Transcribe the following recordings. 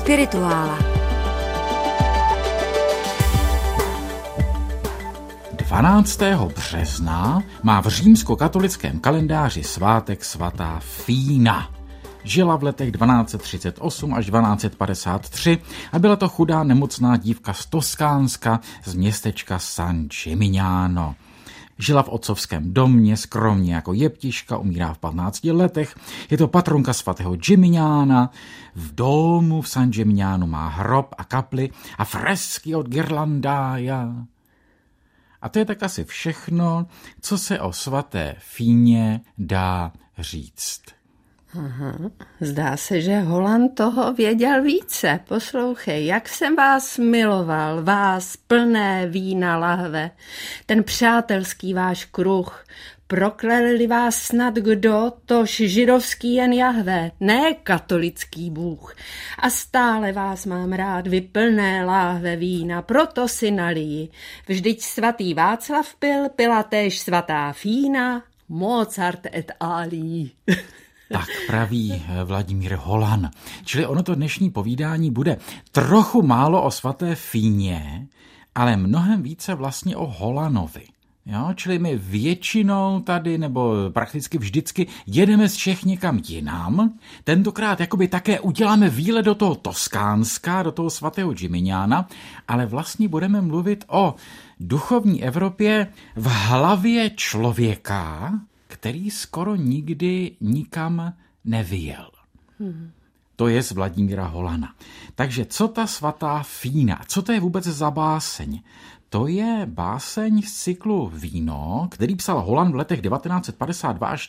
Spirituála. 12. března má v římskokatolickém kalendáři svátek svatá Fína. Žila v letech 1238 až 1253 a byla to chudá nemocná dívka z Toskánska z městečka San Gimignano. Žila v otcovském domě, skromně jako jeptiška, umírá v 15 letech. Je to patronka svatého Gimignana. V domu v San Gimignano má hrob a kapli a fresky od Ghirlandaia. A to je tak asi všechno, co se o svaté Fíně dá říct. Aha, zdá se, že Holan toho věděl více. Poslouchej, jak jsem vás miloval, vás plné vína lahve, ten přátelský váš kruh, prokleli vás snad kdo, tož židovský jen Jahve, ne katolický Bůh. A stále vás mám rád, vy plné láhve vína, proto si naliji. Vždyť svatý Václav pila též svatá Fína, Mozart et ali. Tak praví Vladimír Holan. Čili ono to dnešní povídání bude trochu málo o svaté Fíně, ale mnohem více vlastně o Holanovi. Jo? Čili my většinou tady, nebo prakticky vždycky jedeme z Čech někam jinam. Tentokrát jakoby také uděláme výlet do toho Toskánska, do toho svatého Gimignana, ale vlastně budeme mluvit o duchovní Evropě v hlavě člověka, který skoro nikdy nikam nevyjel. To je z Vladimíra Holana. Takže co ta svatá Fína? Co to je vůbec za báseň? To je báseň z cyklu Víno, který psal Holan v letech 1952 až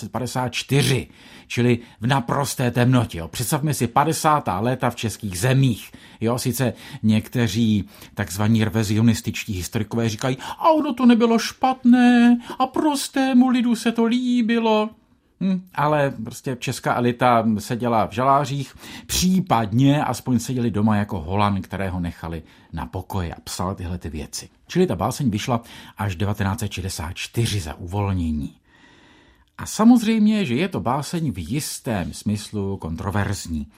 1954, čili v naprosté temnotě. Jo. Představme si 50. léta v českých zemích. Jo, sice někteří takzvaní revizionističtí historikové říkají, a ono to nebylo špatné a prostému lidu se to líbilo. Ale prostě česká elita seděla v žalářích, případně aspoň seděli doma jako Holan, kterého nechali na pokoji a psal tyhle ty věci. Čili ta báseň vyšla až 1964 za uvolnění. A samozřejmě, že je to báseň v jistém smyslu kontroverzní,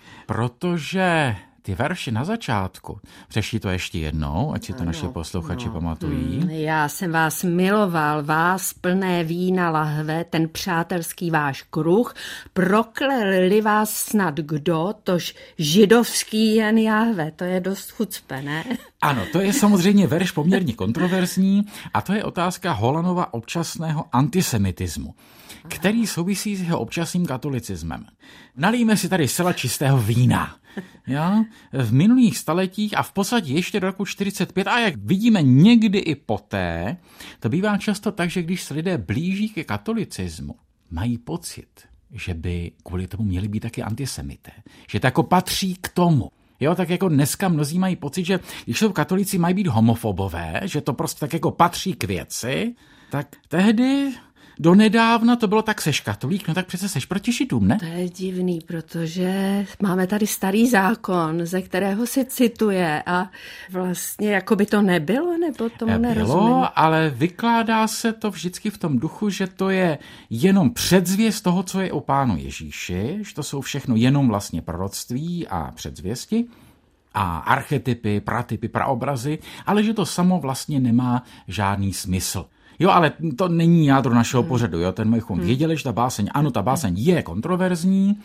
protože ty verše na začátku, přešli to ještě jednou, ať si to naše posluchači pamatují. Já jsem vás miloval, vás plné vína lahve, ten přátelský váš kruh, prokleli vás snad kdo, tož židovský jen Jahve, to je dost chucpe, ne? Ano, to je samozřejmě verš poměrně kontroverzní a to je otázka Holanova občasného antisemitismu, který souvisí s jeho občasným katolicismem. Nalijme si tady zcela čistého vína. Jo? V minulých staletích a v podstatě ještě do roku 45 a jak vidíme někdy i poté, to bývá často tak, že když se lidé blíží ke katolicismu, mají pocit, že by kvůli tomu měli být taky antisemité. Že to jako patří k tomu. Jo, tak jako dneska mnozí mají pocit, že když jsou katolíci, mají být homofobové, že to prostě tak jako patří k věci, tak tehdy donedávna to bylo tak, seš katolík, no tak přece seš proti židům, ne? To je divný, protože máme tady starý zákon, ze kterého se cituje a vlastně jako by to nebylo, nebo tomu nerozumím. Bylo, ale vykládá se to vždycky v tom duchu, že to je jenom předzvěst toho, co je o Pánu Ježíši, že to jsou všechno jenom vlastně proroctví a předzvěsti a archetypy, pratypy, praobrazy, ale že to samo vlastně nemá žádný smysl. Jo, ale to není jádro našeho pořadu, jo, ten bychom věděli, že ta báseň, ano, ta báseň je kontroverzní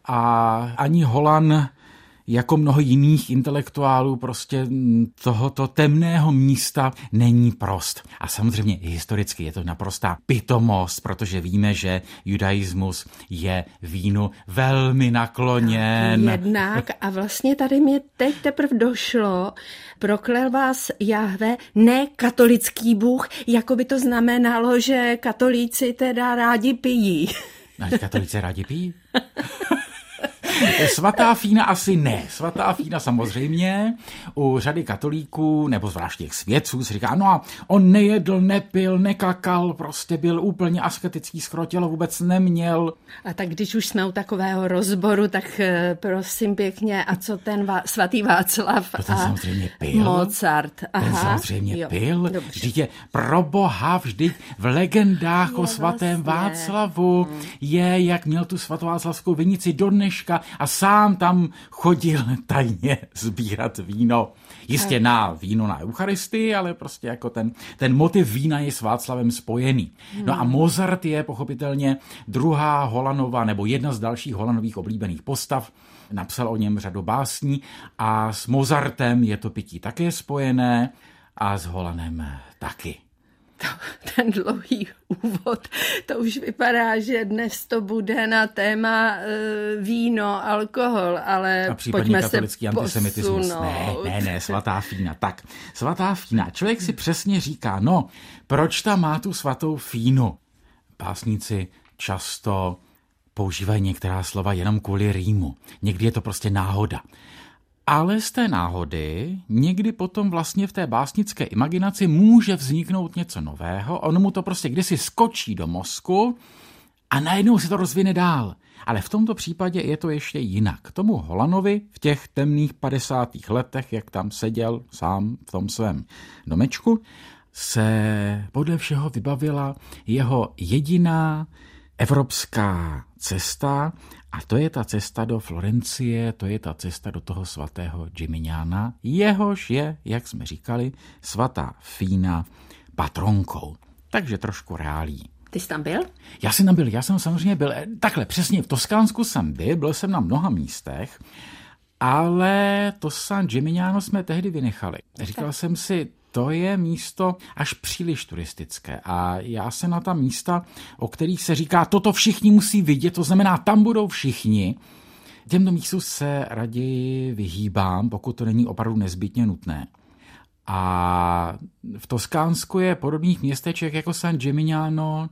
a ani Holan jako mnoho jiných intelektuálů prostě tohoto temného místa není prost. A samozřejmě historicky je to naprostá pitomost, protože víme, že judaismus je vínu velmi nakloněn. Jednak a vlastně tady mě teď teprve došlo, proklel vás Jahve, ne katolický Bůh, jako by to znamenalo, že katolíci teda rádi pijí. A katolíci rádi pijí? Svatá Fína asi ne. Svatá Fína samozřejmě u řady katolíků, nebo zvláště těch svědců, se říká, no a on nejedl, nepil, nekakal, prostě byl úplně asketický, skoro tělo vůbec neměl. A tak když už jsme u takového rozboru, tak prosím pěkně, a co ten svatý Václav to ten samozřejmě pil. Mozart? Aha. Ten samozřejmě pil. Dobře. Vždyť je pro boha vždyť v legendách o svatém vlastně. Václavu je, jak měl tu svatováclavskou vinici do dneška, a sám tam chodil tajně sbírat víno. Jistě na víno na Eucharistii, ale prostě jako ten motiv vína je s Václavem spojený. No a Mozart je pochopitelně druhá Holanova nebo jedna z dalších Holanových oblíbených postav. Napsal o něm řadu básní a s Mozartem je to pití také spojené a s Holanem taky. Ten dlouhý úvod, to už vypadá, že dnes to bude na téma víno, alkohol, ale a případně katolický antisemitismus. Ne, svatá Fína. Tak, svatá Fína. Člověk si přesně říká, no, proč tam má tu svatou Fínu? Básníci často používají některá slova jenom kvůli rýmu. Někdy je to prostě náhoda. Ale z té náhody někdy potom vlastně v té básnické imaginaci může vzniknout něco nového, ono mu to prostě kdysi skočí do mozku a najednou se to rozvine dál. Ale v tomto případě je to ještě jinak. Tomu Holanovi v těch temných 50. letech, jak tam seděl sám v tom svém domečku, se podle všeho vybavila jeho jediná evropská cesta, a to je ta cesta do Florencie, to je ta cesta do toho svatého Gimignana, jehož je, jak jsme říkali, svatá Fína patronkou. Takže trošku reálí. Ty jsi tam byl? Já jsem tam byl, já jsem samozřejmě byl, takhle přesně v Toskánsku jsem byl jsem na mnoha místech, ale to San Gimignano jsme tehdy vynechali. Říkal jsem si, to je místo až příliš turistické a já se na ta místa, o kterých se říká, toto všichni musí vidět, to znamená, tam budou všichni, těmto místům se raději vyhýbám, pokud to není opravdu nezbytně nutné. A v Toskánsku je podobných městeček jako San Gimignano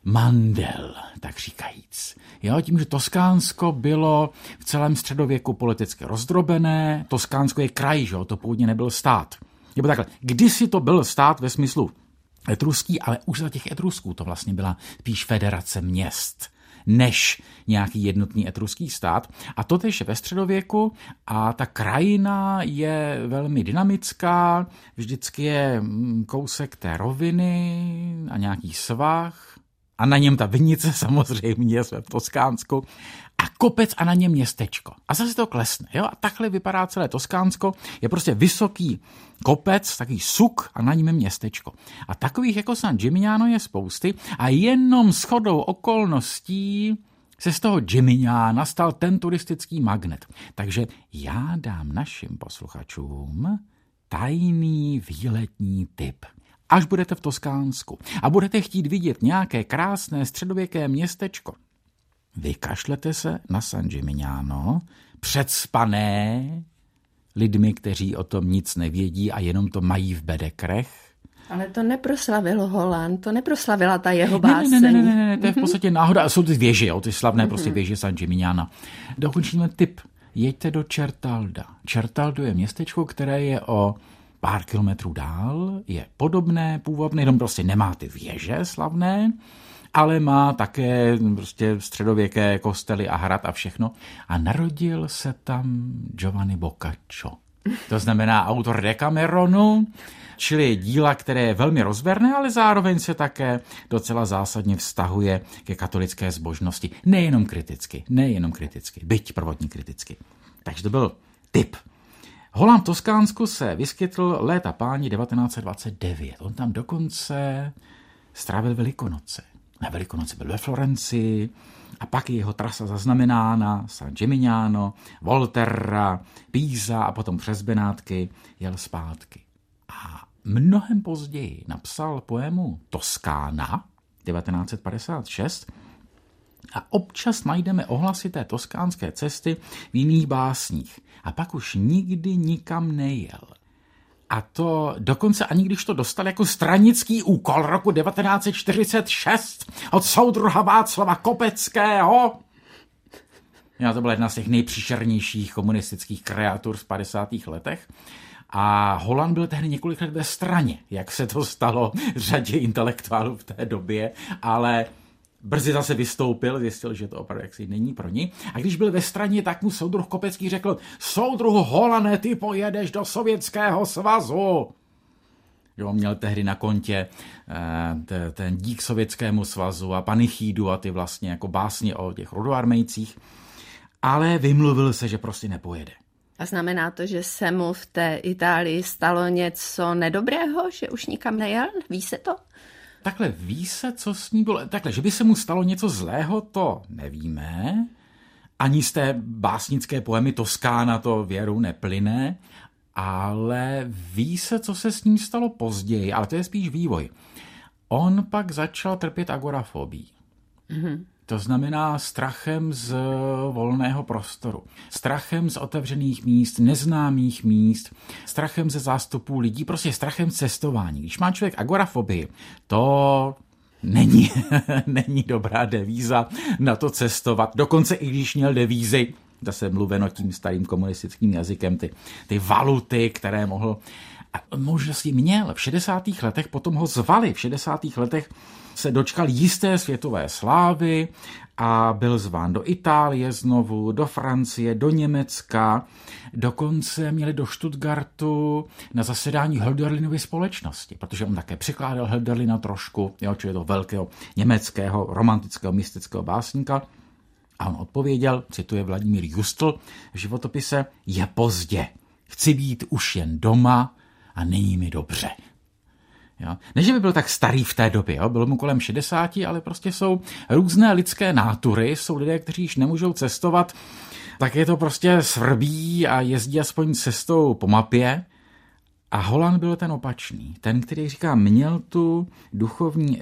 mandel, tak říkajíc. Jo, tím, že Toskánsko bylo v celém středověku politicky rozdrobené, Toskánsko je kraj, že? To původně nebyl stát. Nebo takhle, kdysi to byl stát ve smyslu etruský, ale už za těch Etrusků to vlastně byla spíš federace měst, než nějaký jednotný etruský stát. A to tež ve středověku a ta krajina je velmi dynamická, vždycky je kousek té roviny a nějaký svah a na něm ta vinice samozřejmě jsme v Toskánsku a kopec a na něm městečko. A zase to klesne. Jo? A takhle vypadá celé Toskánsko. Je prostě vysoký kopec, takový suk a na něm je městečko. A takových jako San Gimignano je spousty a jenom shodou okolností se z toho Gimignana stal ten turistický magnet. Takže já dám našim posluchačům tajný výletní tip. Až budete v Toskánsku a budete chtít vidět nějaké krásné středověké městečko, vykašlete se na San Gimignano, předspané lidmi, kteří o tom nic nevědí a jenom to mají v bedekrech. Ale to neproslavil Holan, to neproslavila ta jeho báseň. Ne, to je v podstatě náhoda. A jsou ty věže, ty slavné prostě věže San Gimignana. Dokončíme tip. Jeďte do Certalda. Certaldo je městečko, které je o pár kilometrů dál, je podobné, původné, jenom prostě nemá ty věže slavné, ale má také prostě středověké kostely a hrad a všechno. A narodil se tam Giovanni Boccaccio. To znamená autor Decameronu, čili díla, které je velmi rozverné, ale zároveň se také docela zásadně vztahuje ke katolické zbožnosti. Nejenom kriticky, byť prvotně kriticky. Takže to byl tip. Holan v Toskánsku se vyskytl léta páni 1929. On tam dokonce strávil Velikonoce. Na Velikonoce byl ve Florencii a pak je jeho trasa zaznamenána San Gimignano, Volterra, Pisa a potom přes Benátky jel zpátky. A mnohem později napsal poému Toskána 1956 a občas najdeme ohlasy té toskánské cesty v jiných básních. A pak už nikdy nikam nejel. A to dokonce ani když to dostal jako stranický úkol roku 1946 od soudruha Václava Kopeckého. Já, to byla jedna z těch nejpříšernějších komunistických kreatur v 50. letech. A Holan byl tehdy několik let ve straně, jak se to stalo řadě intelektuálů v té době, ale brzy zase vystoupil, zjistil, že to opravdu jaksi není pro ní. A když byl ve straně, tak mu soudruh Kopecký řekl: soudruhu Holane, ty pojedeš do Sovětského svazu. Jo, měl tehdy na kontě ten dík Sovětskému svazu a panichídu a ty vlastně jako básně o těch rudoarmejcích. ale vymluvil se, že prostě nepojede. A znamená to, že se mu v té Itálii stalo něco nedobrého, že už nikam nejel? Ví se to? Takhle ví se, co s ní bylo. Takhle, že by se mu stalo něco zlého, to nevíme. Ani z té básnické poemy Toskána to věru neplyne, ale ví se, co se s ním stalo později, ale to je spíš vývoj. On pak začal trpět agorafobií. To znamená strachem z volného prostoru, strachem z otevřených míst, neznámých míst, strachem ze zástupů lidí, prostě strachem z cestování. Když má člověk agorafobii, to není dobrá devíza na to cestovat. Dokonce i když měl devízy, zase mluveno tím starým komunistickým jazykem, ty valuty, které mohl a možnosti měl. V 60. letech potom ho zvali. V 60. letech se dočkal jisté světové slávy a byl zván do Itálie znovu, do Francie, do Německa. Dokonce měli do Stuttgartu na zasedání Hölderlinovy společnosti, protože on také překládal Hölderlina trošku, čili to velkého německého romantického mystického básníka. A on odpověděl, cituje Vladimír Justl v životopise, je pozdě, chci být už jen doma a není mi dobře. Jo? Ne, že by byl tak starý v té době, bylo mu kolem 60, ale prostě jsou různé lidské nátury, jsou lidé, kteří již nemůžou cestovat, tak je to prostě svrbí a jezdí aspoň cestou po mapě. A Holland byl ten opačný, ten, který říká, měl tu duchovní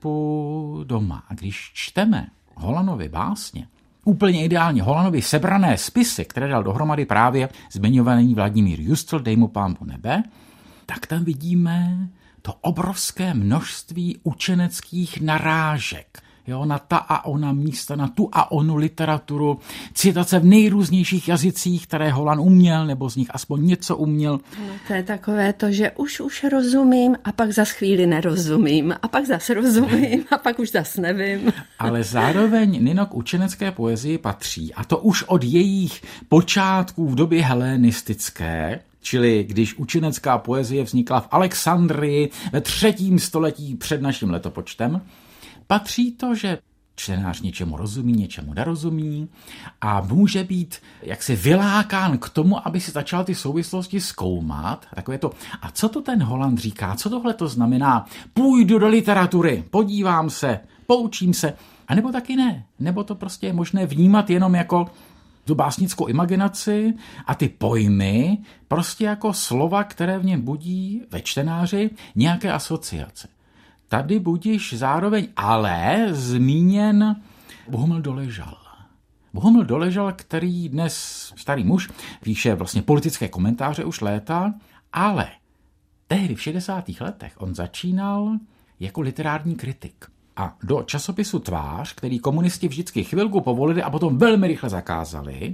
Evropu doma. A když čteme Hollandovy básně, úplně ideálně Hollandovi sebrané spisy, které dal dohromady právě zmiňovaný Vladimír Justl, dej mu pánbu nebe, tak tam vidíme to obrovské množství učeneckých narážek, na ta a ona místa, na tu a onu literaturu, citace v nejrůznějších jazycích, které Holland uměl, nebo z nich aspoň něco uměl. No, to je takové to, že už rozumím a pak zas chvíli nerozumím a pak zas rozumím a pak už zas nevím. Ale zároveň Nino k učenecké poezii patří, a to už od jejich počátků v době helenistické, čili když učenecká poezie vznikla v Alexandrii ve 3. století před naším letopočtem, patří to, že čtenář něčemu rozumí, něčemu nerozumí a může být jaksi vylákán k tomu, aby si začal ty souvislosti zkoumat. Takové to, a co to ten Holland říká, co tohle to znamená? Půjdu do literatury, podívám se, poučím se, anebo taky ne. Nebo to prostě je možné vnímat jenom jako tu básnickou imaginaci a ty pojmy prostě jako slova, které v něm budí ve čtenáři nějaké asociace. Tady budíš zároveň ale zmíněn Bohumil Doležal. Bohumil Doležal, který dnes starý muž, píše vlastně politické komentáře už léta, ale tehdy v 60. letech on začínal jako literární kritik. A do časopisu Tvář, který komunisti vždycky chvilku povolili a potom velmi rychle zakázali,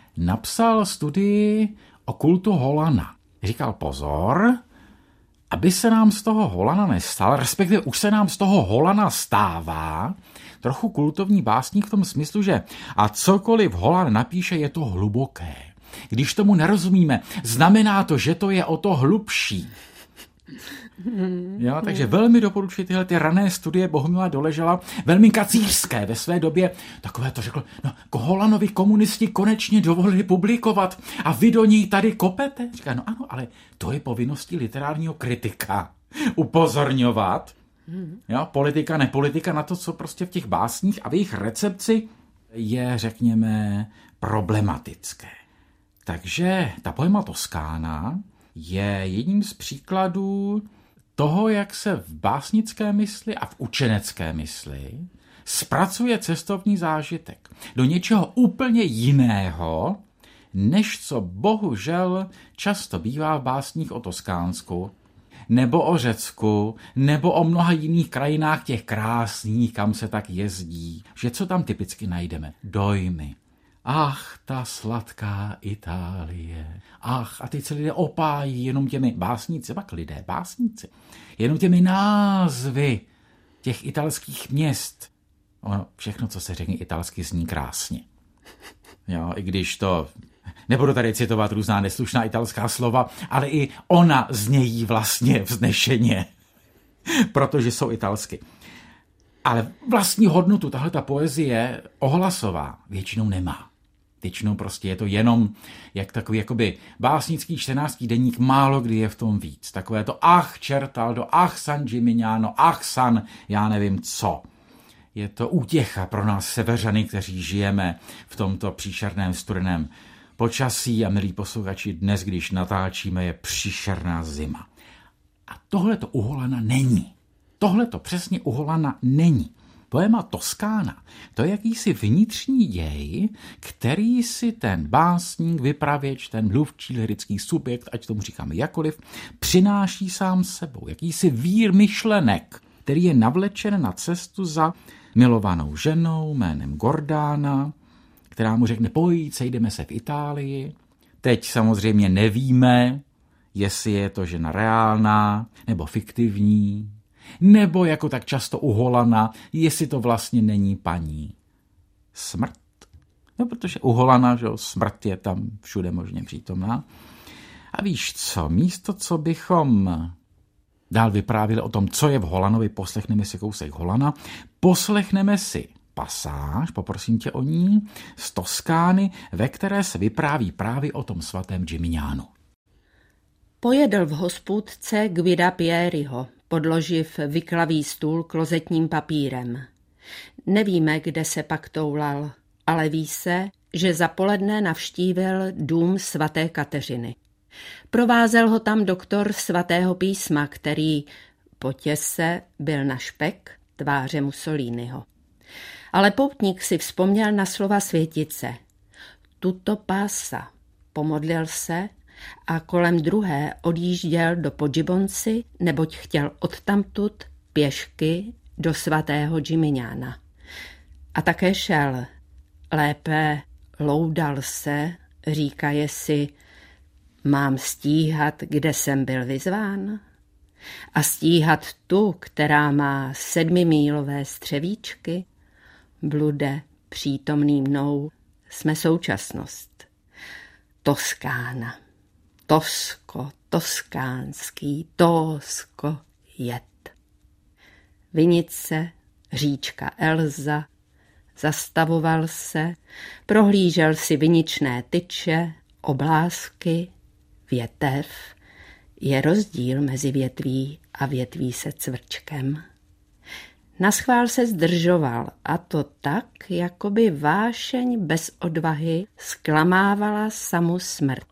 napsal studii o kultu Holana. Říkal pozor, aby se nám z toho Holana nestal, respektive už se nám z toho Holana stává trochu kultovní básník v tom smyslu, že a cokoliv Holan napíše, je to hluboké. Když tomu nerozumíme, znamená to, že to je o to hlubší. Jo, takže velmi doporučuji tyhle ty rané studie Bohumila Doležala, velmi kacířské ve své době. Takové to řekl, k Holanovi komunisti konečně dovolili publikovat a vy do ní tady kopete. Říká, ano, ale to je povinností literárního kritika. Upozorňovat, politika, nepolitika, na to, co prostě v těch básních a v jejich recepci je, řekněme, problematické. Takže ta poema Toskána je jedním z příkladů toho, jak se v básnické mysli a v učenecké mysli zpracuje cestovní zážitek do něčeho úplně jiného, než co bohužel často bývá v básních o Toskánsku, nebo o Řecku, nebo o mnoha jiných krajinách těch krásných, kam se tak jezdí. Že co tam typicky najdeme? Dojmy. Ach, ta sladká Itálie. Ach, a teď se lidé opájí jenom těmi básníci, pak lidé, básníci, jenom těmi názvy těch italských měst. Ono, všechno, co se řekne italsky, zní krásně. Jo, i když to, nebudu tady citovat různá neslušná italská slova, ale i ona znějí vlastně vznešeně, protože jsou italsky. Ale vlastní hodnotu tahleta poezie ohlasová většinou nemá. Většinou prostě je to jenom jak takový jakoby básnický čtenářský deník, málo kdy je v tom víc. Takové to ach Čertaldo, ach San Gimignano, ach San já nevím co. Je to útěcha pro nás severany, kteří žijeme v tomto příšerném studeném počasí a milí posluchači, dnes, když natáčíme, je příšerná zima. A tohle to u Holana není. Tohle to přesně u Holana není. Poema Toskána, to je jakýsi vnitřní děj, který si ten básník, vypravěč, ten mluvčí lirický subjekt, ať tomu říkáme jakoliv, přináší sám sebou. Jakýsi vír myšlenek, který je navlečen na cestu za milovanou ženou jménem Gordána, která mu řekne, pojď, sejdeme se v Itálii. Teď samozřejmě nevíme, jestli je to žena reálná nebo fiktivní, nebo jako tak často u Holana, jestli to vlastně není paní smrt. No, protože u Holana, že smrt je tam všude možně přítomná. A víš co, místo, co bychom dál vyprávěli o tom, co je v Holanovi, poslechneme si kousek Holana, poslechneme si pasáž, poprosím tě o ní, z Toskány, ve které se vypráví právě o tom svatém Gimignanu. Pojedl v hospůdce Guida Pieriho, podloživ vyklavý stůl klozetním papírem. Nevíme, kde se pak toulal, ale ví se, že za poledne navštívil dům svaté Kateřiny. Provázel ho tam doktor svatého písma, který po těse byl na špek tváře Mussoliniho. Ale poutník si vzpomněl na slova světice. Tuto pása, pomodlil se a kolem 2 odjížděl do Poggibonsi, neboť chtěl odtamtud pěšky do svatého Gimignana. A také šel. Lépe loudal se, říkaje si, mám stíhat, kde jsem byl vyzván? A stíhat tu, která má 7mílové střevíčky? Blude, přítomný mnou, jsme současnost. Toskána. Tosko, toskánský, Tosko, jed. Vinice, říčka Elza, zastavoval se, prohlížel si viničné tyče, oblásky, větev. Je rozdíl mezi větví a větví se cvrčkem. Naschvál se zdržoval, a to tak, jako by vášeň bez odvahy zklamávala samu smrt.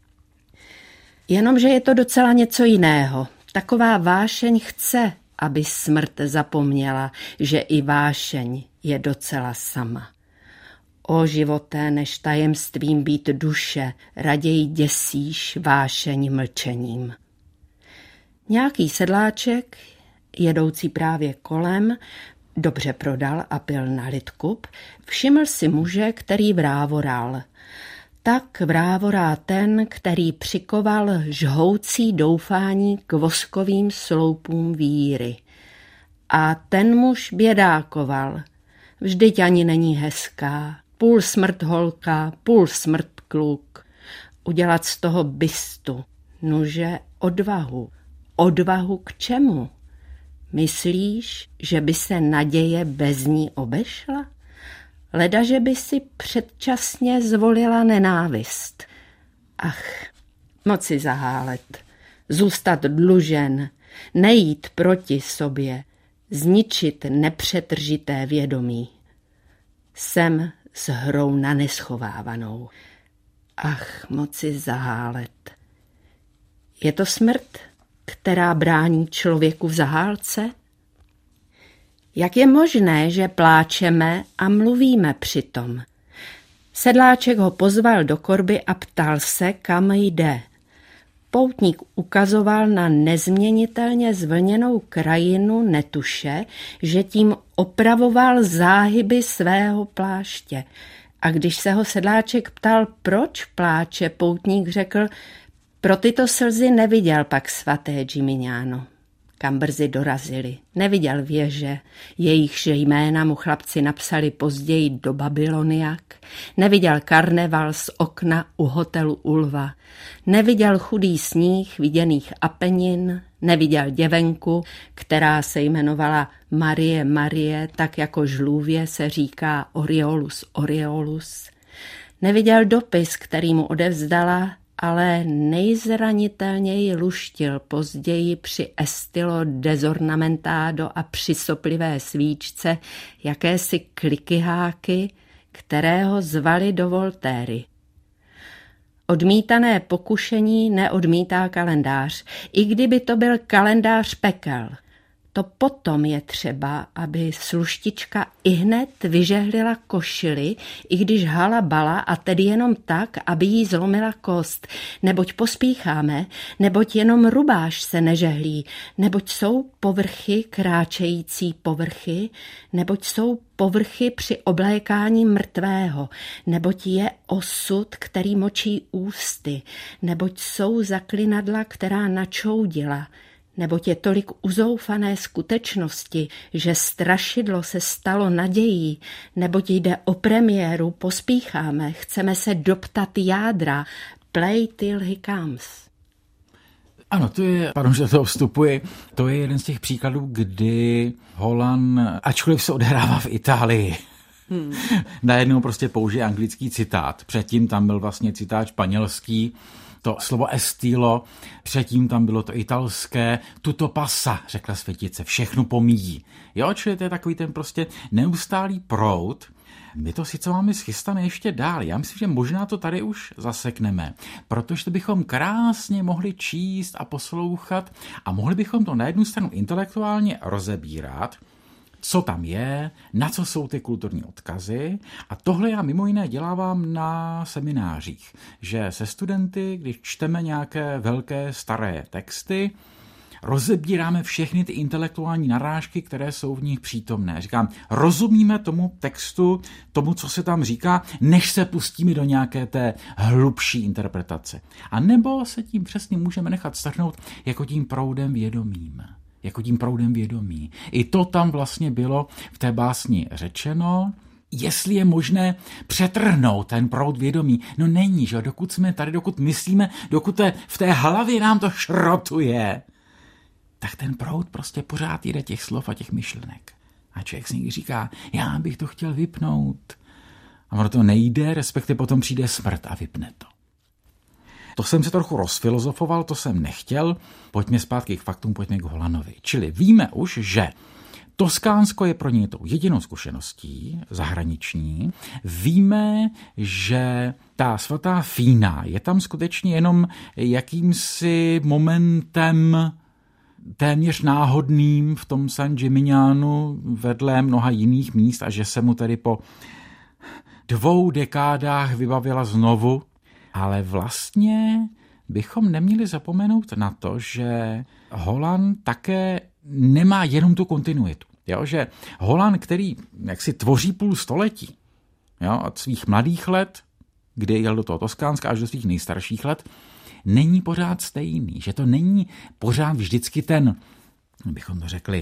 Jenomže je to docela něco jiného. Taková vášeň chce, aby smrt zapomněla, že i vášeň je docela sama. O životé, než tajemstvím být duše, raději děsíš vášeň mlčením. Nějaký sedláček, jedoucí právě kolem, dobře prodal a pil na lidkup, všiml si muže, který vrávoral. Tak vrávorá ten, který přikoval žhoucí doufání k voskovým sloupům víry. A ten muž bědákoval. Vždyť ani není hezká. Půl smrt holka, půl smrt kluk. Udělat z toho bystu. Nuže odvahu. Odvahu k čemu? Myslíš, že by se naděje bez ní obešla? Leda, že by si předčasně zvolila nenávist. Ach, moci zahálet, zůstat dlužen, nejít proti sobě, zničit nepřetržité vědomí. Jsem s hrou na neschovávanou. Ach, moci zahálet. Je to smrt, která brání člověku v zahálce? Jak je možné, že pláčeme a mluvíme přitom? Sedláček ho pozval do korby a ptal se, kam jde. Poutník ukazoval na nezměnitelně zvlněnou krajinu netuše, že tím opravoval záhyby svého pláště. A když se ho sedláček ptal, proč pláče, poutník řekl, pro tyto slzy neviděl pak svaté Gimignano, kam brzy dorazili. Neviděl věže, jejichž jména mu chlapci napsali později do Babyloniak. Neviděl karneval z okna u hotelu Ulva. Neviděl chudý sníh viděných Apenin. Neviděl děvenku, která se jmenovala Marie, tak jako žlůvě se říká Oriolus. Neviděl dopis, který mu odevzdala, ale nejzranitelněji luštil později při estilo desornamentado a při soplivé svíčce jakési klikyháky, které ho zvali do Voltéry. Odmítané pokušení neodmítá kalendář, i kdyby to byl kalendář pekel. To potom je třeba, aby sluštička ihned vyžehlila košili, i když hala bala, a tedy jenom tak, aby jí zlomila kost. Neboť pospícháme, neboť jenom rubáš se nežehlí, neboť jsou povrchy kráčející povrchy, neboť jsou povrchy při oblékání mrtvého, neboť je osud, který močí ústy, neboť jsou zaklinadla, která načoudila, neboť je tolik uzoufané skutečnosti, že strašidlo se stalo nadějí, neboť jde o premiéru, pospícháme, chceme se doptat jádra, play till he comes. Ano, to je, pardon, že do toho vstupuji, to je jeden z těch příkladů, kdy Holan, ačkoliv se odehrává v Itálii, najednou prostě použije anglický citát. Předtím tam byl vlastně citát španělský, to slovo estilo, předtím tam bylo to italské, tutto passa, řekla světice, všechno pomíjí. Jo, čili to je takový ten prostě neustálý proud. My to sice máme schystané ještě dál. Já myslím, že možná to tady už zasekneme, protože to bychom krásně mohli číst a poslouchat a mohli bychom to na jednu stranu intelektuálně rozebírat, co tam je, na co jsou ty kulturní odkazy. A tohle já mimo jiné dělávám na seminářích, že se studenty, když čteme nějaké velké staré texty, rozebíráme všechny ty intelektuální narážky, které jsou v nich přítomné. Říkám, rozumíme tomu textu, tomu, co se tam říká, než se pustíme do nějaké té hlubší interpretace. A nebo se tím přesně můžeme nechat strhnout jako tím proudem vědomím. Jako tím proudem vědomí. I to tam vlastně bylo v té básni řečeno. Jestli je možné přetrhnout ten proud vědomí, no není, že dokud jsme tady, dokud myslíme, dokud v té hlavě nám to šrotuje, tak ten proud prostě pořád jde těch slov a těch myšlenek. A člověk si někdy říká, já bych to chtěl vypnout. A ono to nejde, respektive potom přijde smrt a vypne to. To jsem se trochu rozfilozofoval, to jsem nechtěl. Pojďme zpátky k faktům, pojďme k Holanovi. Čili víme už, že Toskánsko je pro něj tou jedinou zkušeností zahraniční. Víme, že ta svatá Fína je tam skutečně jenom jakýmsi momentem téměř náhodným v tom San Gimignanu vedle mnoha jiných míst a že se mu tedy po 2 dekádách vybavila znovu. Ale vlastně bychom neměli zapomenout na to, že Holan také nemá jenom tu kontinuitu. Jo? Že Holan, který jaksi tvoří půl století, jo? Od svých mladých let, kdy jel do toho Toskánska, až do svých nejstarších let, není pořád stejný. Že to není pořád vždycky ten, bychom to řekli,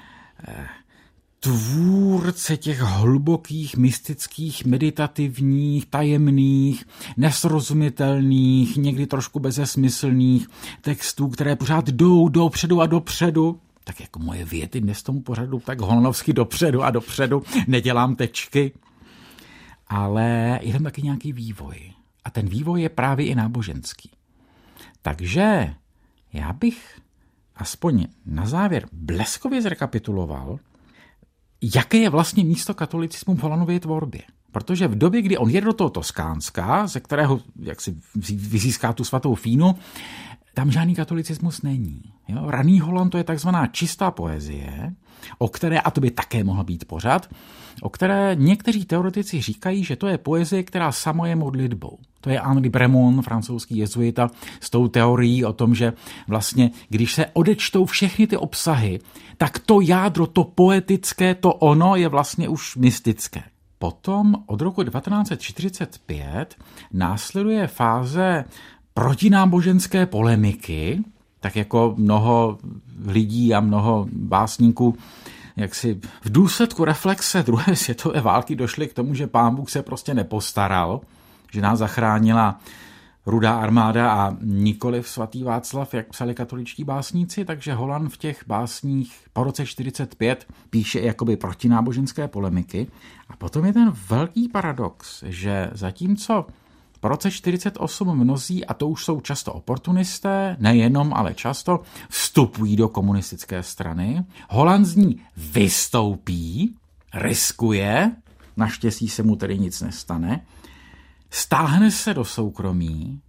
tvůrce těch hlubokých, mystických, meditativních, tajemných, nesrozumitelných, někdy trošku bezesmyslných textů, které pořád jdou dopředu a dopředu. Tak jako moje věty dnes tomu pořadu tak holanovsky dopředu a dopředu, nedělám tečky. Ale je tam taky nějaký vývoj. A ten vývoj je právě i náboženský. Takže já bych aspoň na závěr bleskově zrekapituloval, jaké je vlastně místo katolicismu v Holanově tvorbě. Protože v době, kdy on jede do toho Toskánska, ze kterého jak si vyzíská tu svatou Fínu, tam žádný katolicismus není. Jo? Raný Holan to je takzvaná čistá poezie, o které, a to by také mohl být pořad, o které někteří teoretici říkají, že to je poezie, která sama je modlitbou. To je Henri Bremont, francouzský jezuita, s tou teorií o tom, že vlastně, když se odečtou všechny ty obsahy, tak to jádro, to poetické, to ono je vlastně už mystické. Potom od roku 1945 následuje fáze protináboženské polemiky, tak jako mnoho lidí a mnoho básníků jak si v důsledku reflexe druhé světové války došli k tomu, že Pán Bůh se prostě nepostaral, že nás zachránila Rudá armáda a nikoliv svatý Václav, jak psali katoličtí básníci, takže Holan v těch básních po roce 45 píše jakoby protináboženské polemiky. A potom je ten velký paradox, že zatímco po roce 48 mnozí, a to už jsou často oportunisté, nejenom, ale často, vstupují do komunistické strany, Holan z ní vystoupí, riskuje, naštěstí se mu tedy nic nestane, stáhne se do soukromí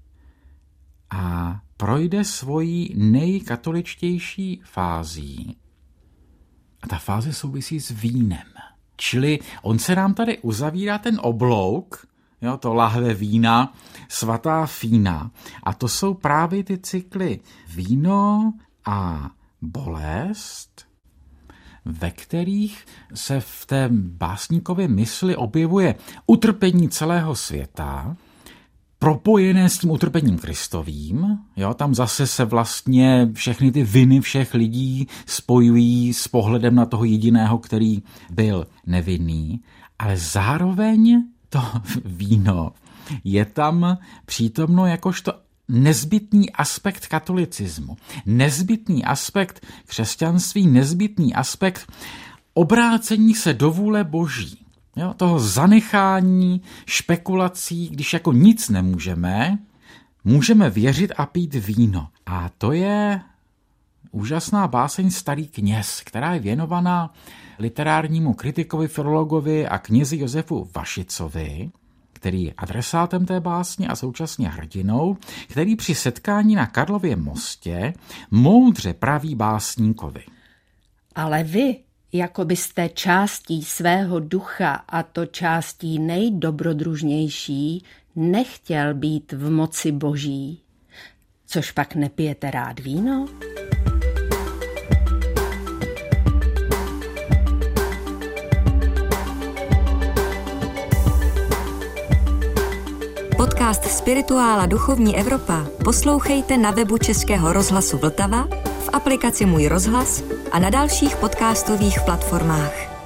a projde svojí nejkatoličtější fází. A ta fáze souvisí s vínem. Čili on se nám tady uzavírá ten oblouk, jo, to lahve vína, svatá fína. A to jsou právě ty cykly víno a bolest, ve kterých se v té básníkově mysli objevuje utrpení celého světa, propojené s tím utrpením Kristovým. Jo, tam zase se vlastně všechny ty viny všech lidí spojují s pohledem na toho jediného, který byl nevinný, ale zároveň to víno je tam přítomno jakožto nezbytný aspekt katolicismu, nezbytný aspekt křesťanství, nezbytný aspekt obrácení se do vůle Boží. Jo, toho zanechání, špekulací, když jako nic nemůžeme, můžeme věřit a pít víno. A to je úžasná báseň Starý kněz, která je věnovaná literárnímu kritikovi, filologovi a knězi Josefu Vašicovi, který je adresátem té básně a současně hrdinou, který při setkání na Karlově mostě moudře praví básníkovi. Ale vy, jako byste částí svého ducha, a to částí nejdobrodružnější, nechtěl být v moci Boží. Což pak nepijete rád víno? Podcast Spirituála Duchovní Evropa poslouchejte na webu Českého rozhlasu Vltava, v aplikaci Můj rozhlas a na dalších podcastových platformách.